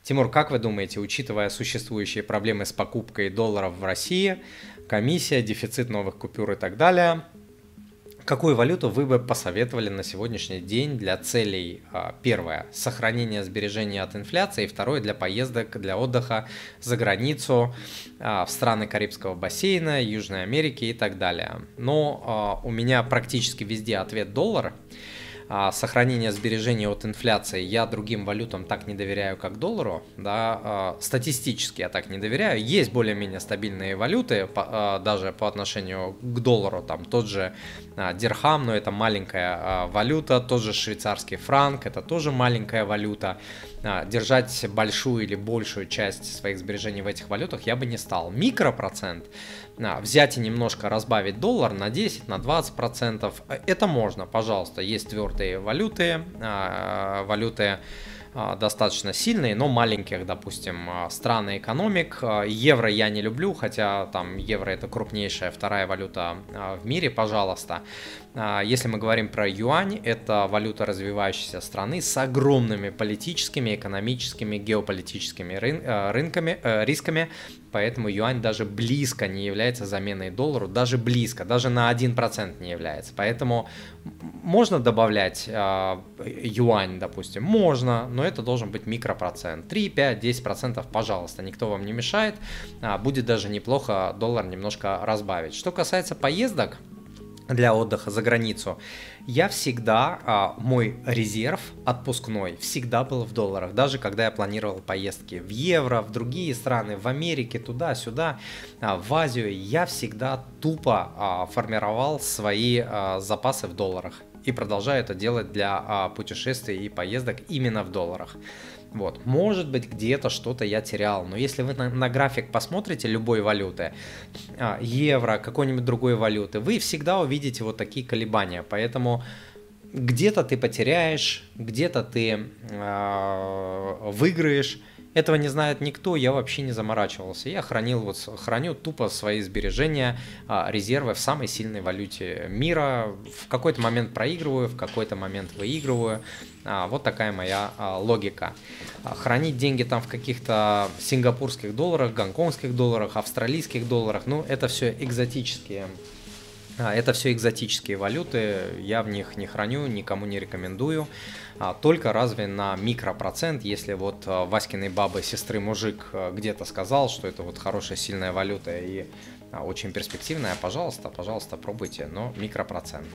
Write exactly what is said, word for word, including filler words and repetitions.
Тимур, как вы думаете, учитывая существующие проблемы с покупкой долларов в России, комиссия, дефицит новых купюр и так далее, какую валюту вы бы посоветовали на сегодняшний день для целей, а, первое, сохранения сбережений от инфляции, и второе, для поездок, для отдыха за границу, а, в страны Карибского бассейна, Южной Америки и так далее? Но а, у меня практически везде ответ доллар. А, Сохранение сбережений от инфляции я другим валютам так не доверяю, как доллару, да, а, статистически я так не доверяю. Есть более-менее стабильные валюты, по- а, даже по отношению к доллару, там тот же а, дирхам, но это маленькая а, валюта, тот же швейцарский франк, это тоже маленькая валюта. А, Держать большую или большую часть своих сбережений в этих валютах я бы не стал. Микропроцент, а, взять и немножко разбавить доллар на десять, на двадцать процентов, это можно, пожалуйста. Есть твердые валюты, а, валюты а, достаточно сильные, но маленьких, допустим, а, стран и экономик. А, Евро я не люблю, хотя там евро это крупнейшая вторая валюта а, в мире, пожалуйста. А, Если мы говорим про юань, это валюта развивающейся страны с огромными политическими, экономическими, геополитическими рын- э, рынками, э, рисками, поэтому юань даже близко не является заменой доллару, даже близко, даже на один процент не является. Поэтому м- можно добавлять э, юань, допустим, можно, но это должен быть микропроцент. три, пять, десять процентов, пожалуйста, никто вам не мешает. А, Будет даже неплохо доллар немножко разбавить. Что касается поездок для отдыха за границу, я всегда, а, мой резерв отпускной всегда был в долларах, даже когда я планировал поездки в евро, в другие страны, в Америке, туда-сюда, а, в Азию, я всегда тупо а, формировал свои а, запасы в долларах и продолжаю это делать для а, путешествий и поездок именно в долларах. Вот. Может быть, где-то что-то я терял, но если вы на, на график посмотрите любой валюты, а, евро, какой-нибудь другой валюты, вы всегда увидите вот такие колебания. Поэтому где-то ты потеряешь, где-то ты э, выиграешь. Этого не знает никто, я вообще не заморачивался. Я хранил, вот, храню тупо свои сбережения, а, резервы в самой сильной валюте мира. В какой-то момент проигрываю, в какой-то момент выигрываю. А, Вот такая моя а, логика. А, Хранить деньги там в каких-то сингапурских долларах, гонконгских долларах, австралийских долларах, ну это все экзотические. А, Это все экзотические валюты, я в них не храню, никому не рекомендую. А, Только разве на микропроцент, если вот а, Васькиной бабы, сестры мужик а, где-то сказал, что это вот хорошая сильная валюта и а, очень перспективная, пожалуйста, пожалуйста, пробуйте, но микропроцент.